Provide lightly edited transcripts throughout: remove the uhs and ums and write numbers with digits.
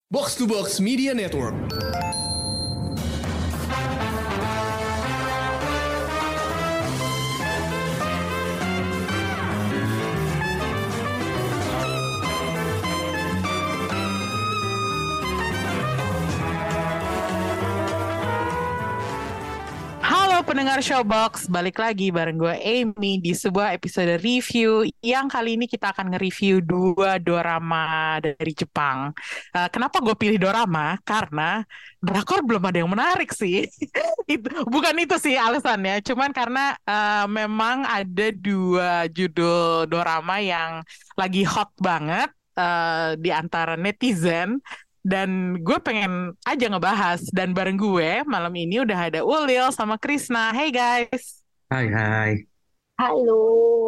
Box to Box Media Network. Halo pendengar Showbox, balik lagi bareng gue Amy di sebuah episode review yang kali ini kita akan nge-review dua dorama dari Jepang. Kenapa gue pilih dorama? Karena drakor belum ada yang menarik sih. Bukan itu sih alasannya, cuman karena memang ada dua judul dorama yang lagi hot banget di antara netizen. Dan gue pengen aja ngebahas. Dan bareng gue malam ini udah ada Ulil sama Krisna. Hey guys, Hai hai. Halo.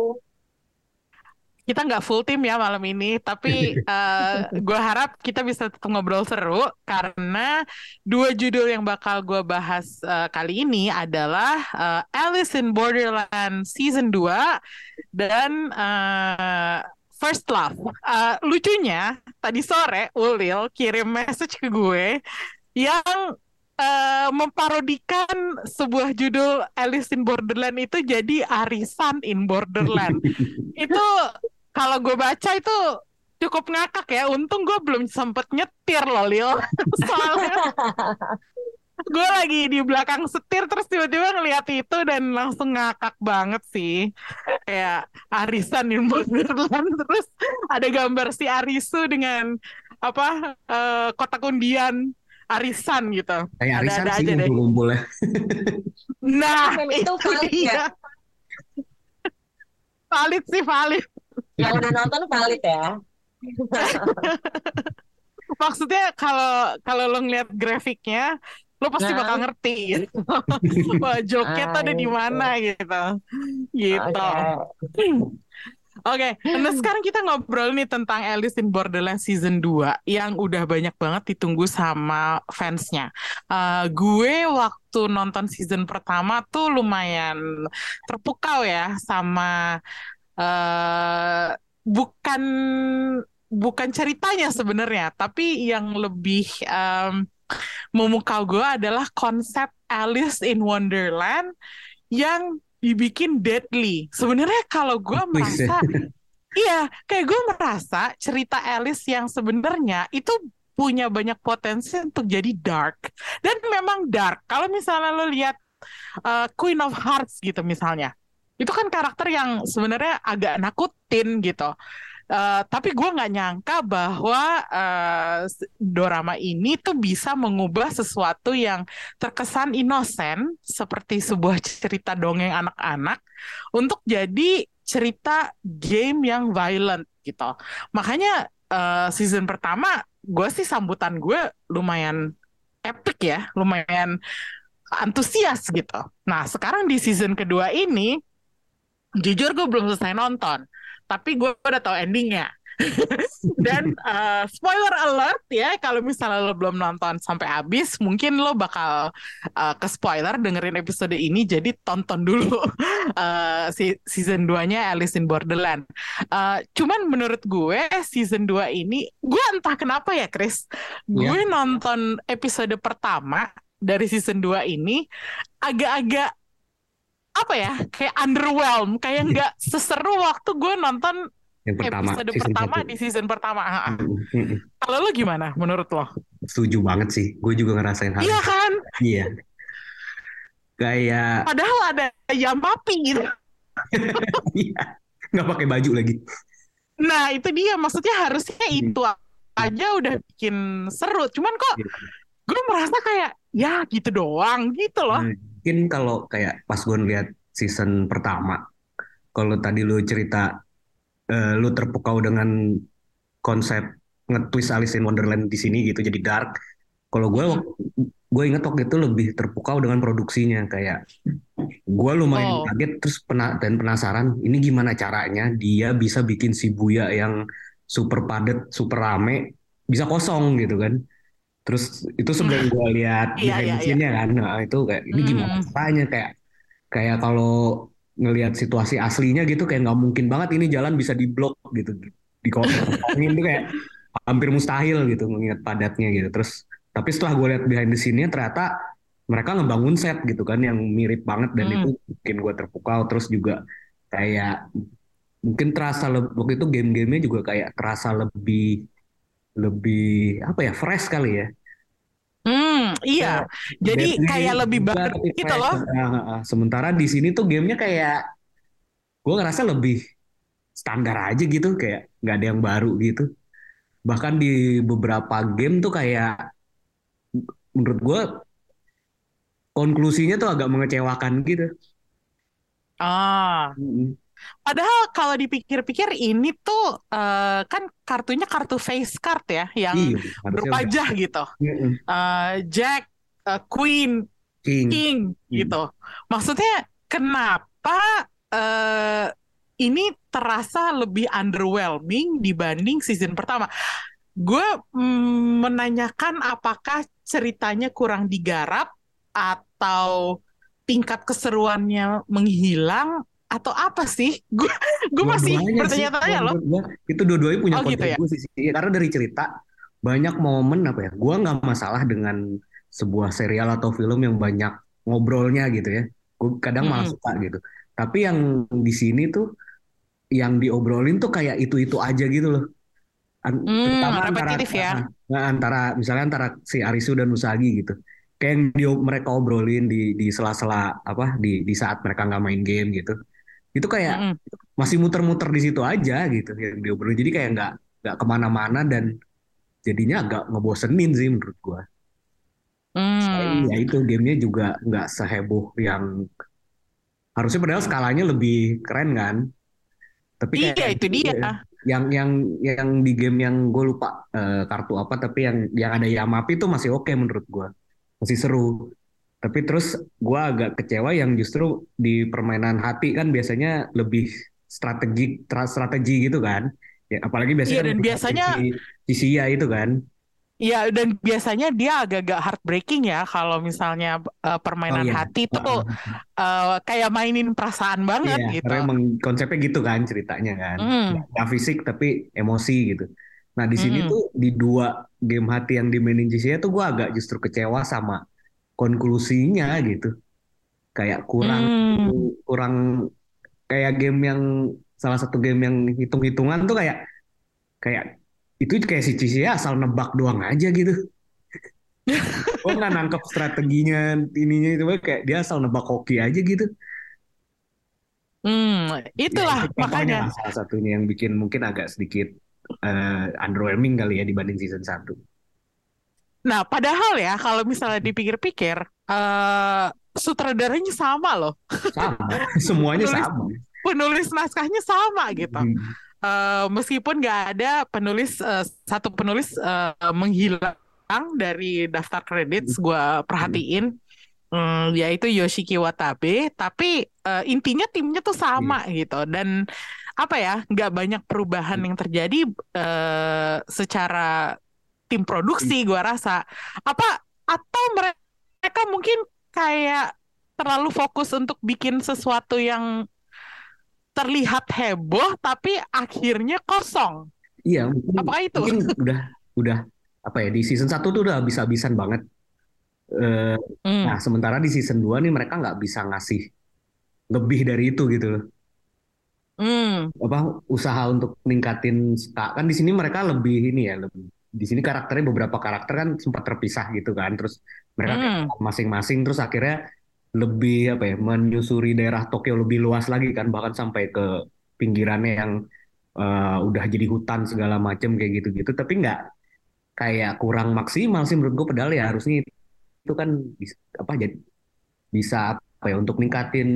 kita nggak full tim ya malam ini. Tapi gue harap kita bisa tetap ngobrol seru. Karena dua judul yang bakal gue bahas kali ini adalah Alice in Borderland Season 2 dan First Love. Lucunya, tadi sore Ulil kirim message ke gue yang memparodikan sebuah judul Alice in Borderland itu jadi Arisan in Borderland. Itu kalau gue baca itu cukup ngakak ya. Untung gue belum sempet nyetir loh, Lil. Soalnya gue lagi di belakang setir terus tiba-tiba ngeliat itu dan langsung ngakak banget sih. Kayak Arisan in Borderland terus ada gambar si Arisu dengan apa kotak undian arisan gitu. Kayak arisan Ada-ada sih aja deh. ngumpul-ngumpul ya. Nah, Meme itu itu valid ya? dia. Valid sih, valid. Yang udah nonton valid ya? Maksudnya kalau kalau lo ngeliat grafiknya, lo pasti bakal Nah, ngerti gitu. Wah, joke-nya tuh ada di itu. mana gitu. Gitu. Oke. Oke, nah sekarang kita ngobrol nih tentang Alice in Borderland Season 2 yang udah banyak banget ditunggu sama fansnya. Gue waktu nonton season pertama tuh lumayan terpukau ya sama bukan bukan ceritanya sebenarnya, tapi yang lebih memukau gue adalah konsep Alice in Wonderland yang dibikin deadly. Sebenarnya kalau gue Twist ya. merasa, iya, kayak gue merasa cerita Alice yang sebenarnya itu punya banyak potensi untuk jadi dark. Dan memang dark. Kalau misalnya lo lihat Queen of Hearts gitu misalnya, itu kan karakter yang sebenarnya agak nakutin gitu. Tapi gue nggak nyangka bahwa dorama ini tuh bisa mengubah sesuatu yang terkesan inosen seperti sebuah cerita dongeng anak-anak untuk jadi cerita game yang violent gitu. Makanya season pertama gue sih sambutan gue lumayan epic ya, lumayan antusias gitu. Nah sekarang di season kedua ini jujur gue belum selesai nonton, tapi gue udah tahu endingnya. Dan spoiler alert ya, kalau misalnya lo belum nonton sampai habis, mungkin lo bakal ke spoiler dengerin episode ini, jadi tonton dulu si season 2-nya Alice in Borderland. Cuman menurut gue season 2 ini, gue entah kenapa ya Chris, Ya, gue nonton episode pertama dari season 2 ini agak-agak apa ya, kayak underwhelm, kayak nggak seseru waktu gue nonton yang pertama, episode season pertama satu. di season pertama. Mm-mm. Kalau lo gimana menurut lo? Setuju banget sih. Gue juga ngerasain hal Iya yang kan? iya. Kayak Padahal ada Yamapi gitu. iya, nggak pakai baju lagi. Nah itu dia, maksudnya harusnya Mm. itu aja udah bikin seru. Cuman kok Iya. gue merasa kayak ya gitu doang gitu loh. Mungkin kalau kayak pas gue ngeliat season pertama, kalau tadi lu cerita lu terpukau dengan konsep nge-twist Alice in Wonderland di sini gitu jadi dark. Kalau Mm-mm. gue inget waktu itu lebih terpukau dengan produksinya kayak gue lumayan Oh, kaget terus dan penasaran ini gimana caranya dia bisa bikin Shibuya yang super padat, super rame bisa kosong gitu kan. Terus itu sebelum gue lihat iya behind iya the iya. scene-nya kan, nah itu kayak ini gimana Mm-mm. caranya kayak kayak kalau ngelihat situasi aslinya gitu kayak nggak mungkin banget ini jalan bisa diblok gitu, dikosongin tuh kayak hampir mustahil gitu mengingat padatnya gitu. Terus tapi setelah gue lihat behind the scene-nya ternyata mereka ngebangun set gitu kan yang mirip banget dan Mm. itu bikin gue terpukau. Terus juga kayak mungkin terasa waktu itu game-gamenya juga kayak terasa lebih lebih apa ya, fresh kali ya. Iya. Ya, Jadi Deadly kayak lebih juga baru tapi gitu fresh. loh. Sementara di sini tuh gamenya kayak gue ngerasa lebih standar aja gitu, kayak nggak ada yang baru gitu. Bahkan di beberapa game tuh kayak menurut gue konklusinya tuh agak mengecewakan gitu. Ah, Mm-mm. padahal kalau dipikir-pikir ini tuh kan kartunya kartu face card ya, yang Iya, harusnya udah. berwajah gitu. Mm-mm. Jack, Queen, King. King Mm. gitu. Maksudnya kenapa ini terasa lebih underwhelming dibanding season pertama? Gue menanyakan apakah ceritanya kurang digarap atau tingkat keseruannya menghilang atau apa sih? Gue masih Dua-duanya sih, bertanya-tanya kalau loh. menurut gua itu dua-duanya punya Oh gitu ya. kontribusi sih. Iya, karena dari cerita banyak momen apa ya? Gua nggak masalah dengan sebuah serial atau film yang banyak ngobrolnya gitu ya. Gue kadang malah Mm-mm. suka gitu. Tapi yang di sini tuh yang diobrolin tuh kayak itu-itu aja gitu loh. Terutama antara Repetitif ya. antara misalnya antara si Arisu dan Usagi gitu. Kayak yang mereka obrolin di sela-sela apa di saat mereka nggak main game gitu. Itu kayak Mm-mm. masih muter-muter di situ aja gitu yang diobrolin. Jadi kayak nggak kemana-mana dan jadinya agak ngebosenin sih menurut gua. Selain Hmm. ya itu gamenya juga nggak seheboh yang harusnya, padahal skalanya lebih keren kan. Tapi Iya kayak itu dia. yang di game yang gue lupa kartu apa, tapi yang ada Yamapi itu masih oke menurut gue, masih seru. Tapi terus gue agak kecewa yang justru di permainan hati kan biasanya lebih strategi gitu kan. Ya, apalagi biasanya Iya kan dan biasanya si Sia itu kan. ya dan biasanya dia agak-agak heartbreaking ya kalau misalnya Oh permainan iya. hati tuh Heeh. kayak mainin perasaan Iya, banget karena gitu. emang konsepnya gitu kan ceritanya kan. Mm, Nggak fisik tapi emosi gitu. Nah di sini mm, tuh di dua game hati yang dimainin Cia tuh gue agak justru kecewa sama konklusinya gitu. Kayak kurang mm. kurang kayak game yang salah satu game yang hitung-hitungan tuh kayak kayak itu kayak si Cia asal nebak doang aja gitu. Gue nggak nangkep strateginya ininya itu kayak dia asal nebak hoki aja gitu. Ya Itulah itu contohnya makanya. lah salah satunya yang bikin mungkin agak sedikit underwhelming kali ya dibanding season satu. Nah, padahal ya kalau misalnya dipikir-pikir, eh sutradaranya sama loh, Sama, semuanya penulis sama. penulis naskahnya sama gitu. Hmm. Meskipun nggak ada penulis satu penulis menghilang dari daftar kredit, gue perhatiin, yaitu Yoshiki Watabe. Tapi intinya timnya tuh Iya. sama gitu dan apa ya, nggak banyak perubahan yang terjadi secara tim produksi. Gue rasa apa atau mereka mungkin kayak terlalu fokus untuk bikin sesuatu yang terlihat heboh tapi akhirnya kosong. Iya, mungkin Apakah itu? mungkin udah apa ya, di season satu tuh udah habis-habisan banget. Eh, nah, Hmm. sementara di season 2 nih mereka nggak bisa ngasih lebih dari itu gitu loh. Hmm. Apa usaha untuk ningkatin kan di sini mereka lebih ini ya, lebih di sini karakternya beberapa karakter kan sempat terpisah gitu kan. Terus mereka kayak Hmm. masing-masing terus akhirnya lebih apa ya, menyusuri daerah Tokyo lebih luas lagi kan, bahkan sampai ke pinggirannya yang udah jadi hutan segala macam kayak gitu-gitu, tapi nggak kayak kurang maksimal sih menurut gue, padahal ya harusnya itu kan apa jadi bisa apa ya untuk ningkatin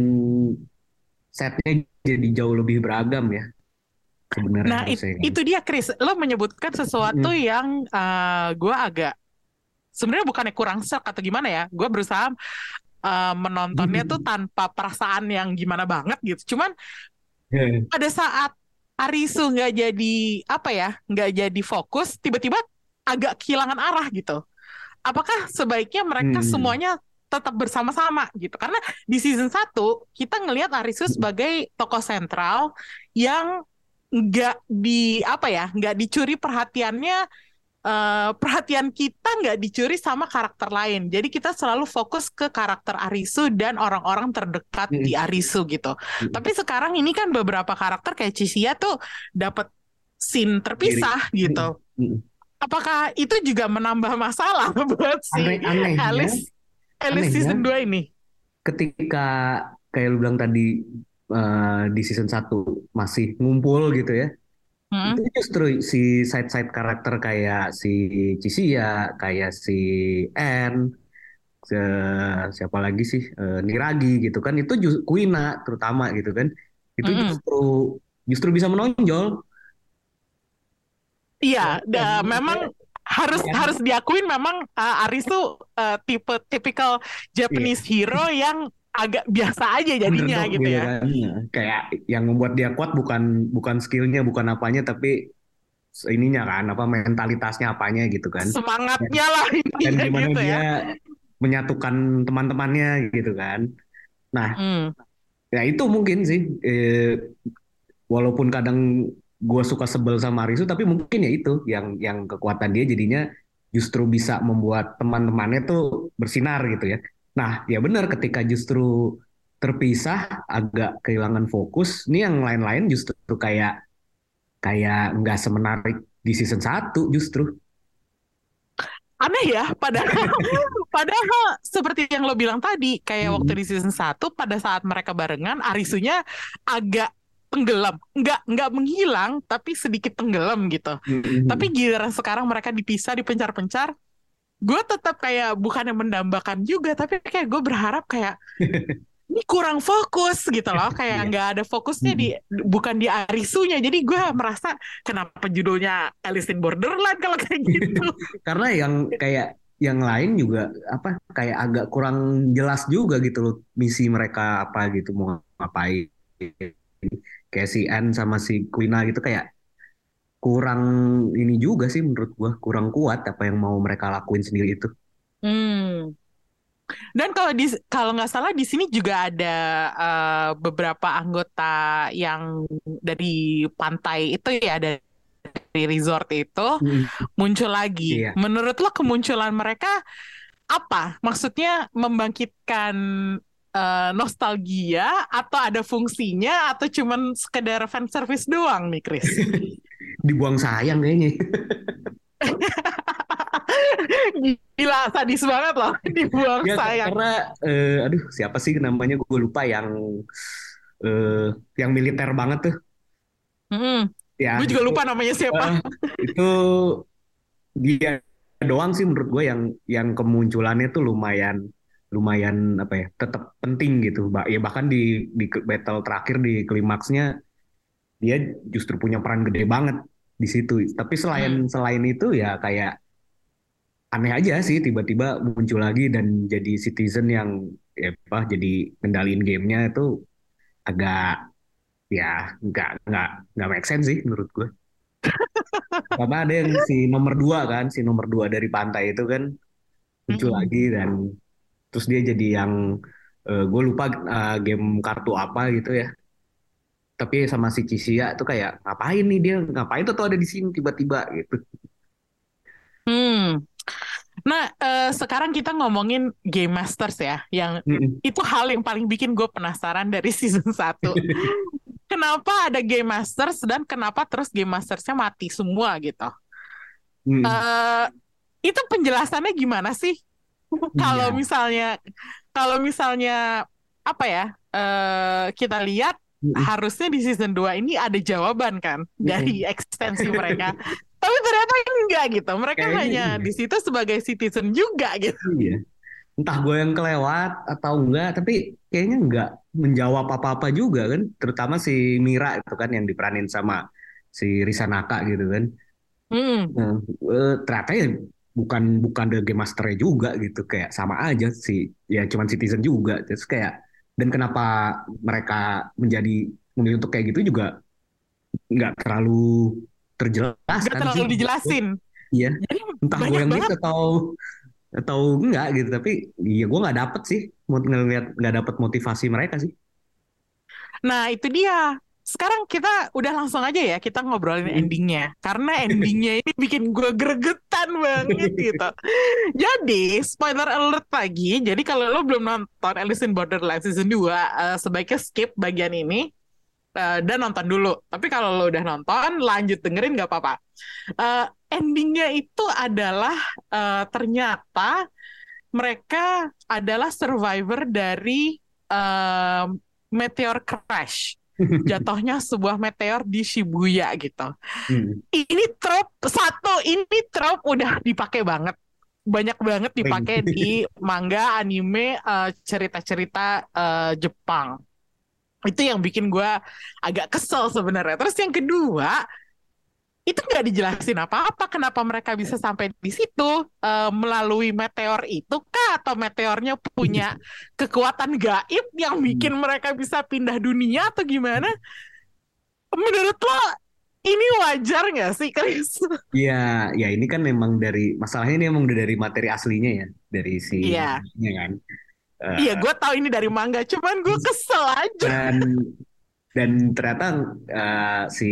setnya jadi jauh lebih beragam ya sebenarnya Nah, harusnya kan. itu dia Chris. Lo menyebutkan sesuatu Mm-mm. yang gue agak sebenarnya bukannya kurang shock atau gimana ya. Gue berusaha menontonnya tuh tanpa perasaan yang gimana banget gitu. Cuman pada saat Arisu nggak jadi apa ya, nggak jadi fokus, tiba-tiba agak kehilangan arah gitu. Apakah sebaiknya mereka Hmm. semuanya tetap bersama-sama gitu? Karena di season 1 kita ngelihat Arisu sebagai tokoh sentral yang nggak dicuri perhatiannya. Perhatian kita nggak dicuri sama karakter lain. Jadi kita selalu fokus ke karakter Arisu dan orang-orang terdekat di Arisu gitu. Tapi sekarang ini kan beberapa karakter kayak Chisiya tuh dapat scene terpisah gitu. Apakah itu juga menambah masalah buat si Alice season 2 ini? Ketika kayak lu bilang tadi di season 1 masih ngumpul gitu ya. Itu justru si side-side karakter kayak si Chisiya, kayak si Anne, siapa lagi sih, Niragi gitu kan, itu Kuina terutama gitu kan, itu justru bisa menonjol. Iya, memang harus diakuin memang Arisu tipikal Japanese hero yang agak biasa aja jadinya Underdog gitu ya. Kan. Kayak yang membuat dia kuat bukan skillnya, bukan apanya, tapi ininya kan, apa mentalitasnya apanya gitu kan. Semangatnya lah Dan intinya gimana gitu dia ya. menyatukan teman-temannya gitu kan. Nah, ya itu mungkin sih, walaupun kadang gue suka sebel sama Arisu, tapi mungkin ya itu yang kekuatan dia jadinya justru bisa membuat teman-temannya tuh bersinar gitu ya. Nah, ya benar, ketika justru terpisah agak kehilangan fokus. Ini yang lain-lain justru kayak nggak semenarik di season 1 justru. Aneh ya, padahal seperti yang lo bilang tadi, kayak waktu di season 1 pada saat mereka barengan, Arisunya agak tenggelam, nggak menghilang, tapi sedikit tenggelam gitu. Tapi giliran sekarang mereka dipisah, dipencar-pencar, gue tetap kayak bukannya mendambakan juga, tapi kayak gue berharap kayak ini kurang fokus gitu loh, kayak nggak ada fokusnya bukan di Arisunya. Jadi gue merasa kenapa judulnya Alice in Borderland kalau kayak gitu. Karena yang lain juga apa kayak agak kurang jelas juga gitu loh, misi mereka apa gitu, mau ngapain. Kayak si Anne sama si Quina gitu kayak kurang ini juga sih menurut gua, kurang kuat apa yang mau mereka lakuin sendiri itu. Dan kalau nggak salah di sini juga ada beberapa anggota yang dari pantai itu ya, dari resort itu muncul lagi. Iya. Menurut lo kemunculan mereka apa? Maksudnya membangkitkan nostalgia atau ada fungsinya atau cuman sekedar fan service doang nih, Chris? Dibuang sayang kayaknya. Gila, sadis banget loh, dibuang Ya, sayang. karena aduh siapa sih namanya, gue lupa, yang militer banget tuh. Ya, Gue juga lupa namanya siapa. Itu dia doang sih menurut gue yang kemunculannya tuh lumayan apa ya, tetap penting gitu. Ya bahkan di battle terakhir di klimaksnya dia justru punya peran gede banget di situ. Tapi selain itu ya kayak aneh aja sih tiba-tiba muncul lagi dan jadi citizen yang ya apa, jadi kendaliin gamenya itu agak ya nggak make sense sih menurut gue. Karena ada yang si nomor 2 dari pantai itu kan muncul lagi, dan terus dia jadi yang gue lupa game kartu apa gitu ya. Tapi sama si Chisiya tuh kayak ngapain nih, dia ngapain tuh ada di sini tiba-tiba gitu. Nah, sekarang kita ngomongin Game Masters ya, yang itu hal yang paling bikin gue penasaran dari season 1. Kenapa ada Game Masters dan kenapa terus Game Masters-nya mati semua gitu? Itu penjelasannya gimana sih? Kalau misalnya apa ya? Kita lihat harusnya di season 2 ini ada jawaban kan dari ekstensi mereka. Tapi ternyata enggak gitu. Mereka hanya di situ sebagai citizen juga gitu. Iya. Entah gue yang kelewat atau enggak, tapi kayaknya enggak menjawab apa-apa juga kan. Terutama si Mira itu kan yang diperanin sama si Risanaka gitu kan. Nah, ternyata ya bukan the game master-nya juga gitu, kayak sama aja sih, ya cuman citizen juga. Terus kayak, dan kenapa mereka memilih untuk kayak gitu juga nggak terlalu terjelaskan. Nggak terlalu dijelasin. Iya, entah gue yang banget. atau enggak gitu, tapi ya gue nggak dapet sih, nggak dapet motivasi mereka sih. Nah itu dia, sekarang kita udah langsung aja ya kita ngobrolin endingnya. Karena endingnya ini bikin gue gregetan banget gitu. Jadi, spoiler alert lagi. Jadi kalau lo belum nonton Alice in Borderland Season 2, sebaiknya skip bagian ini dan nonton dulu. Tapi kalau lo udah nonton, lanjut dengerin gak apa-apa. Endingnya itu adalah ternyata mereka adalah survivor dari meteor crash. Jatuhnya sebuah meteor di Shibuya gitu. Ini trope udah dipakai banget. Banyak banget dipakai di manga, anime, cerita-cerita Jepang. Itu yang bikin gue agak kesel sebenarnya. Terus yang kedua, itu nggak dijelasin apa-apa kenapa mereka bisa sampai di situ melalui meteor itu kah, atau meteornya punya kekuatan gaib yang bikin mereka bisa pindah dunia atau gimana? Menurut lo ini wajar nggak sih, Chris? Iya, ya ini kan memang masalahnya ini emang udah dari materi aslinya ya, dari si Iya. kan. Iya, gue tahu ini dari manga, cuman gue kesel aja. Dan ternyata si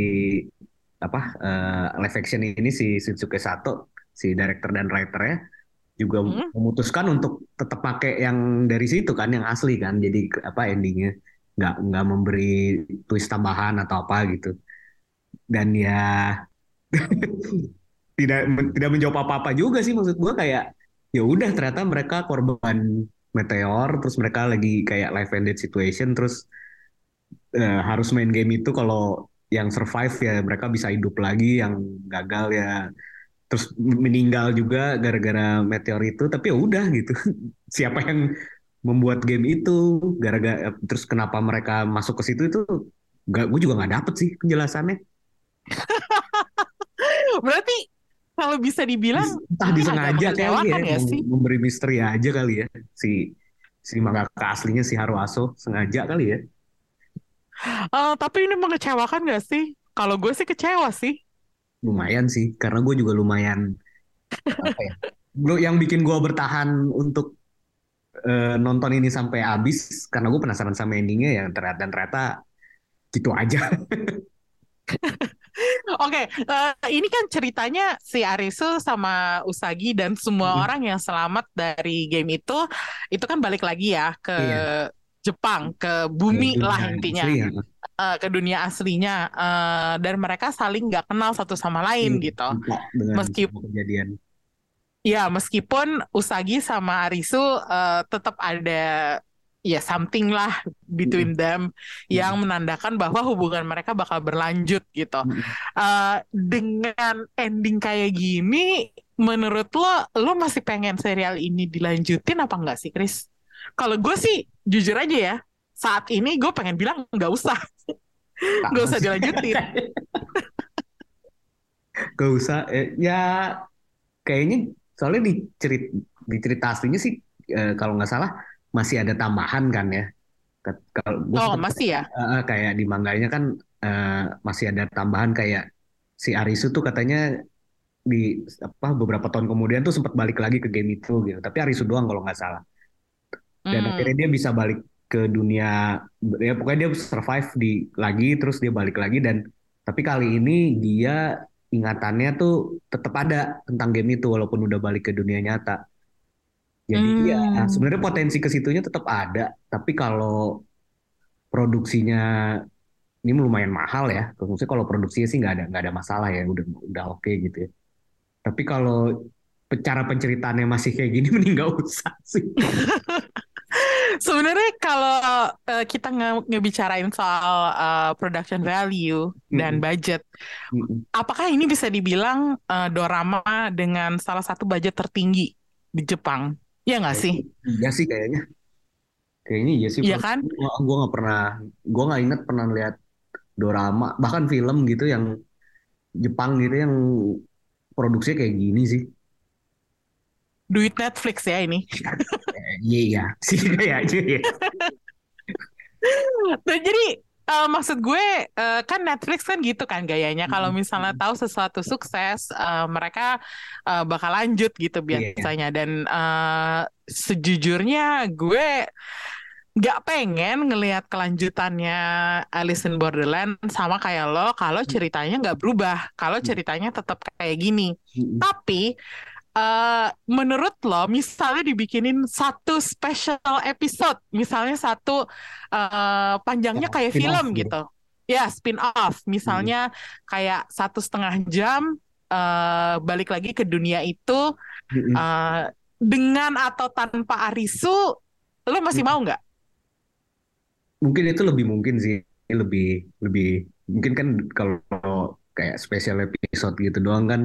live action ini si Shinsuke Sato, si director dan writernya juga memutuskan untuk tetap pakai yang dari situ kan, yang asli kan. Jadi endingnya nggak memberi twist tambahan atau apa gitu. Dan ya tidak menjawab apa-apa juga sih, maksud gue kayak ya udah ternyata mereka korban meteor, terus mereka lagi kayak life and death situation, terus harus main game itu, kalau yang survive ya mereka bisa hidup lagi, yang gagal ya terus meninggal juga gara-gara meteor itu. Tapi ya udah gitu. Siapa yang membuat game itu, gara-gara terus kenapa mereka masuk ke situ itu gue juga nggak dapet sih penjelasannya. Berarti kalau bisa dibilang entah disengaja kali ya, sih? memberi misteri aja kali ya si mangaka aslinya, si Haruaso, sengaja kali ya. Tapi ini mengecewakan gak sih? Kalau gue sih kecewa sih. Lumayan sih, karena gue juga lumayan apa ya? Yang bikin gue bertahan untuk nonton ini sampai habis karena gue penasaran sama endingnya ya, ternyata gitu aja. Oke, ini kan ceritanya si Arisu sama Usagi dan semua orang yang selamat dari game itu kan balik lagi ya ke Jepang, ke bumi lah intinya, ke dunia aslinya, dan mereka saling nggak kenal satu sama lain gitu. Meskipun Usagi sama Arisu tetap ada ya something lah between them yang menandakan bahwa hubungan mereka bakal berlanjut gitu. Dengan ending kayak gini, menurut lo masih pengen serial ini dilanjutin apa enggak sih, Chris? Kalau gue sih jujur aja ya, saat ini gue pengen bilang nggak usah, nggak usah dilanjutin. Nggak usah, ya kayaknya soalnya di cerita aslinya sih kalau nggak salah masih ada tambahan kan ya. Masih ya? Kayak di manganya kan masih ada tambahan, kayak si Arisu tuh katanya di beberapa tahun kemudian tuh sempat balik lagi ke game itu gitu. Tapi Arisu doang kalau nggak salah. Dan akhirnya dia bisa balik ke dunia, ya pokoknya dia survive lagi, terus dia balik lagi, dan tapi kali ini dia ingatannya tuh tetap ada tentang game itu walaupun udah balik ke dunia nyata. Jadi ya sebenarnya potensi ke situnya tetap ada, tapi kalau produksinya ini lumayan mahal ya. Maksudnya kalau produksinya sih nggak ada masalah ya, udah oke gitu ya. Tapi kalau cara penceritaannya masih kayak gini, mending nggak usah sih. Sebenarnya kalau kita ngebicarain soal production value dan budget, apakah ini bisa dibilang dorama dengan salah satu budget tertinggi di Jepang? Iya nggak sih? Iya sih kayaknya. Kayaknya iya sih. Iya kan? Gue nggak inget pernah lihat dorama, bahkan film gitu yang Jepang gitu yang produksinya kayak gini sih. Duit Netflix ya ini. Iya sih kayaknya. Jadi maksud gue kan Netflix kan gitu kan gayanya. Kalau misalnya tahu sesuatu sukses, mereka bakal lanjut gitu biasanya. Dan sejujurnya gue nggak pengen ngelihat kelanjutannya Alice in Borderland sama kayak lo kalau ceritanya nggak berubah, kalau ceritanya tetap kayak gini. Tapi menurut lo, misalnya dibikinin satu special episode, misalnya satu panjangnya kayak film gitu, ya spin off, misalnya kayak 1,5 jam balik lagi ke dunia itu dengan atau tanpa Arisu, lo masih mau nggak? Mungkin itu lebih mungkin sih, lebih lebih mungkin kan kalau kayak special episode gitu doang kan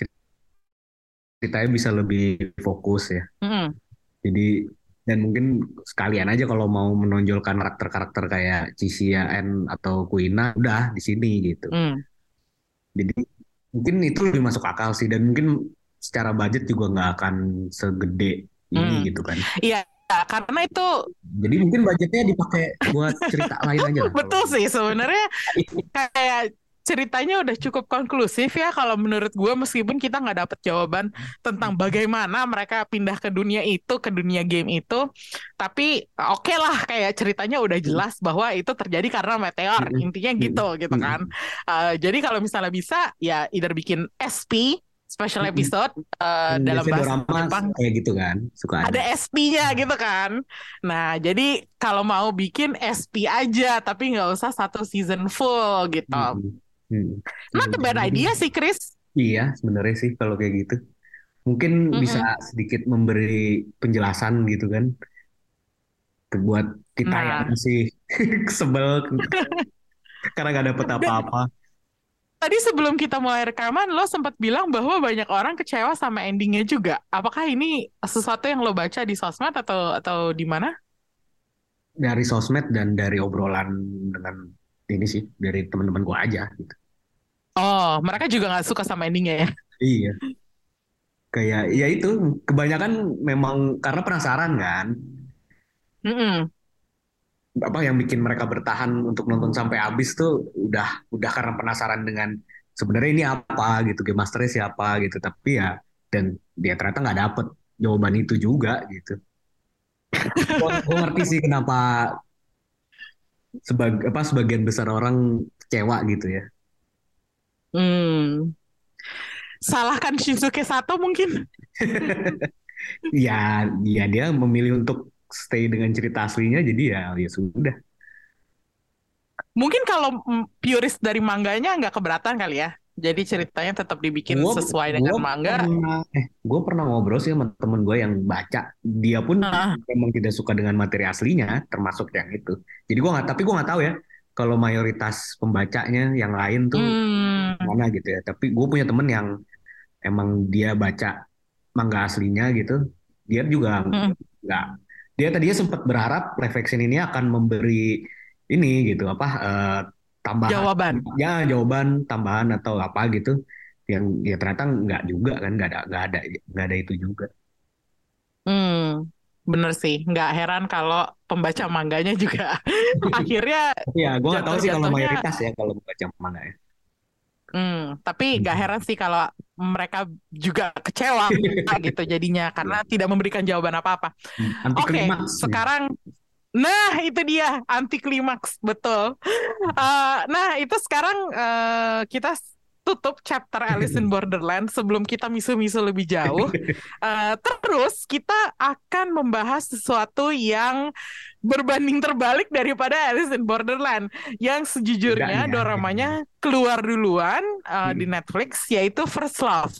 ceritanya bisa lebih fokus ya. Jadi dan mungkin sekalian aja kalau mau menonjolkan karakter-karakter kayak Cisia N atau Kuina udah di sini gitu. Jadi mungkin itu lebih masuk akal sih dan mungkin secara budget juga nggak akan segede ini gitu kan. Iya, karena itu jadi mungkin budgetnya dipakai buat cerita lain aja lah. Betul sih sebenarnya kayak ceritanya udah cukup konklusif ya kalau menurut gue, meskipun kita nggak dapet jawaban tentang bagaimana mereka pindah ke dunia itu, ke dunia game itu, tapi oke lah, kayak ceritanya udah jelas bahwa itu terjadi karena meteor, intinya gitu kan. Jadi kalau misalnya bisa ya either bikin SP special episode dalam bahasa Jepang kayak gitu kan, suka ada SP-nya gitu kan. Nah, jadi kalau mau bikin SP aja tapi nggak usah satu season full gitu. Not a bad idea sih, Chris. Iya, sebenarnya sih kalau kayak gitu. Mungkin bisa sedikit memberi penjelasan gitu kan. Buat kita yang masih sebel karena nggak dapet apa-apa. Tadi sebelum kita mulai rekaman, lo sempat bilang bahwa banyak orang kecewa sama endingnya juga. Apakah ini sesuatu yang lo baca di sosmed atau di mana? Dari sosmed dan dari obrolan dengan ini sih, dari teman-teman gue aja gitu. Oh, mereka juga nggak suka sama endingnya ya? Iya. Kayak ya itu kebanyakan memang karena penasaran kan. Apa yang bikin mereka bertahan untuk nonton sampai habis tuh udah karena penasaran dengan sebenarnya ini apa gitu, game masternya siapa gitu, tapi ya dan dia ternyata nggak dapet jawaban itu juga gitu. Gue ngerti sih kenapa sebagian besar orang kecewa gitu ya. Salahkan Shinsuke Sato mungkin. ya dia memilih untuk stay dengan cerita aslinya, jadi ya sudah. Mungkin kalau purist dari mangganya nggak keberatan kali ya. Jadi ceritanya tetap dibikin sesuai dengan manga. Gue pernah ngobrol sih sama temen gue yang baca. Dia pun memang tidak suka dengan materi aslinya, termasuk yang itu. Jadi tapi gue nggak tahu ya kalau mayoritas pembacanya yang lain tuh mana gitu ya. Tapi gue punya temen yang emang dia baca manga aslinya gitu. Dia juga nggak. Dia tadinya sempat berharap live action ini akan memberi ini gitu tambahan jawaban tambahan atau apa gitu yang ya ternyata nggak juga kan, nggak ada itu juga. Bener sih, nggak heran kalau pembaca manganya juga akhirnya ya gue nggak tahu sih kalau mayoritas ya kalau membaca manga ya. Tapi nggak heran sih kalau mereka juga kecewa gitu jadinya karena tidak memberikan jawaban apa-apa. Oke, sekarang nah itu dia anti klimaks betul. Nah itu sekarang kita tutup chapter Alice in Borderland sebelum kita misu-misu lebih jauh. Terus kita akan membahas sesuatu yang berbanding terbalik daripada Alice in Borderland yang sejujurnya doramanya keluar duluan di Netflix, yaitu First Love.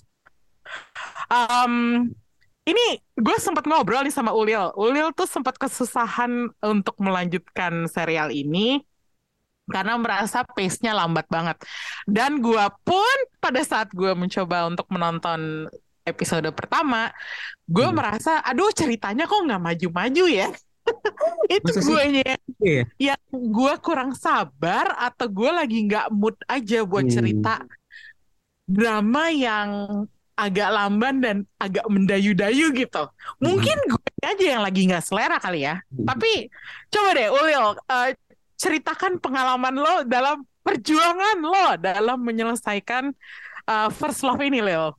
Ini gue sempat ngobrol nih sama Ulil. Ulil tuh sempat kesusahan untuk melanjutkan serial ini karena merasa pace-nya lambat banget. Dan gue pun pada saat gue mencoba untuk menonton episode pertama, gue merasa, aduh ceritanya kok nggak maju-maju ya. Itu guenya yang gue kurang sabar atau gue lagi nggak mood aja buat cerita drama yang agak lamban dan agak mendayu-dayu gitu. Mungkin gue aja yang lagi nggak selera kali ya. Tapi coba deh Ulil, ceritakan pengalaman lo dalam perjuangan lo dalam menyelesaikan First Love ini, Leo.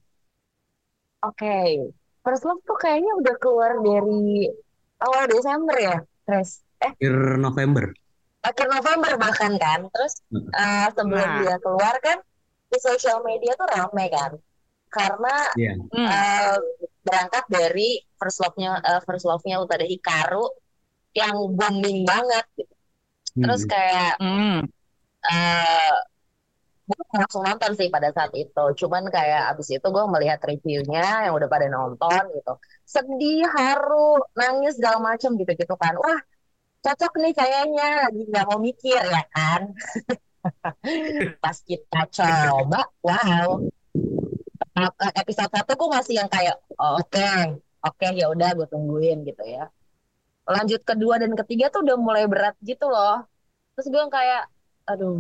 Oke. First Love tuh kayaknya udah keluar dari awal Desember ya, Chris. Akhir November. akhir November bahkan kan. Terus sebelum Nah, dia keluar kan di sosial media tuh rame kan. Karena Iya. eh, berangkat dari first love-nya Utada Hikaru yang booming banget gitu. Terus Hmm. kayak hmm. eh gue langsung nonton sih pada saat itu. Cuman kayak abis itu gue melihat reviewnya yang udah pada nonton gitu. Sedih, haru, nangis segala macem gitu-gitu kan. Wah, cocok nih kayaknya. Lagi nggak mau mikir ya kan. Pas kita coba, wow. Episode satu gue masih yang kayak, oh, oke, ya udah gue tungguin gitu ya. Lanjut kedua dan ketiga tuh udah mulai berat gitu loh. Terus gue yang kayak, aduh,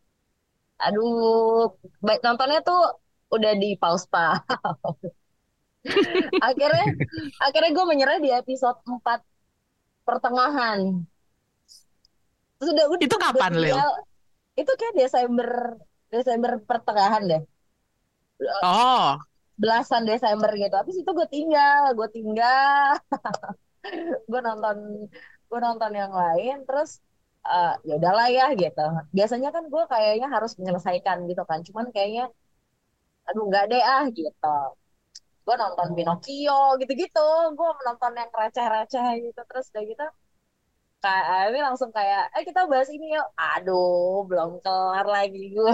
aduh, baik nontonnya tuh udah di pause pak. akhirnya akhirnya gue menyerah di episode 4 pertengahan. Terus Itu udah kapan, Lil? tinggal itu kayak Desember Desember pertengahan deh, Oh, belasan Desember gitu. Habis itu gue tinggal gue nonton gue nonton yang lain. Terus ya udahlah ya gitu. Biasanya kan gue kayaknya harus menyelesaikan gitu kan, cuman kayaknya aduh nggak deh gitu. Gue nonton Pinocchio gitu-gitu, gue menonton yang receh-receh gitu. Terus udah gitu Kak Ami langsung kayak kita bahas ini yuk. Aduh, belum kelar lagi gue.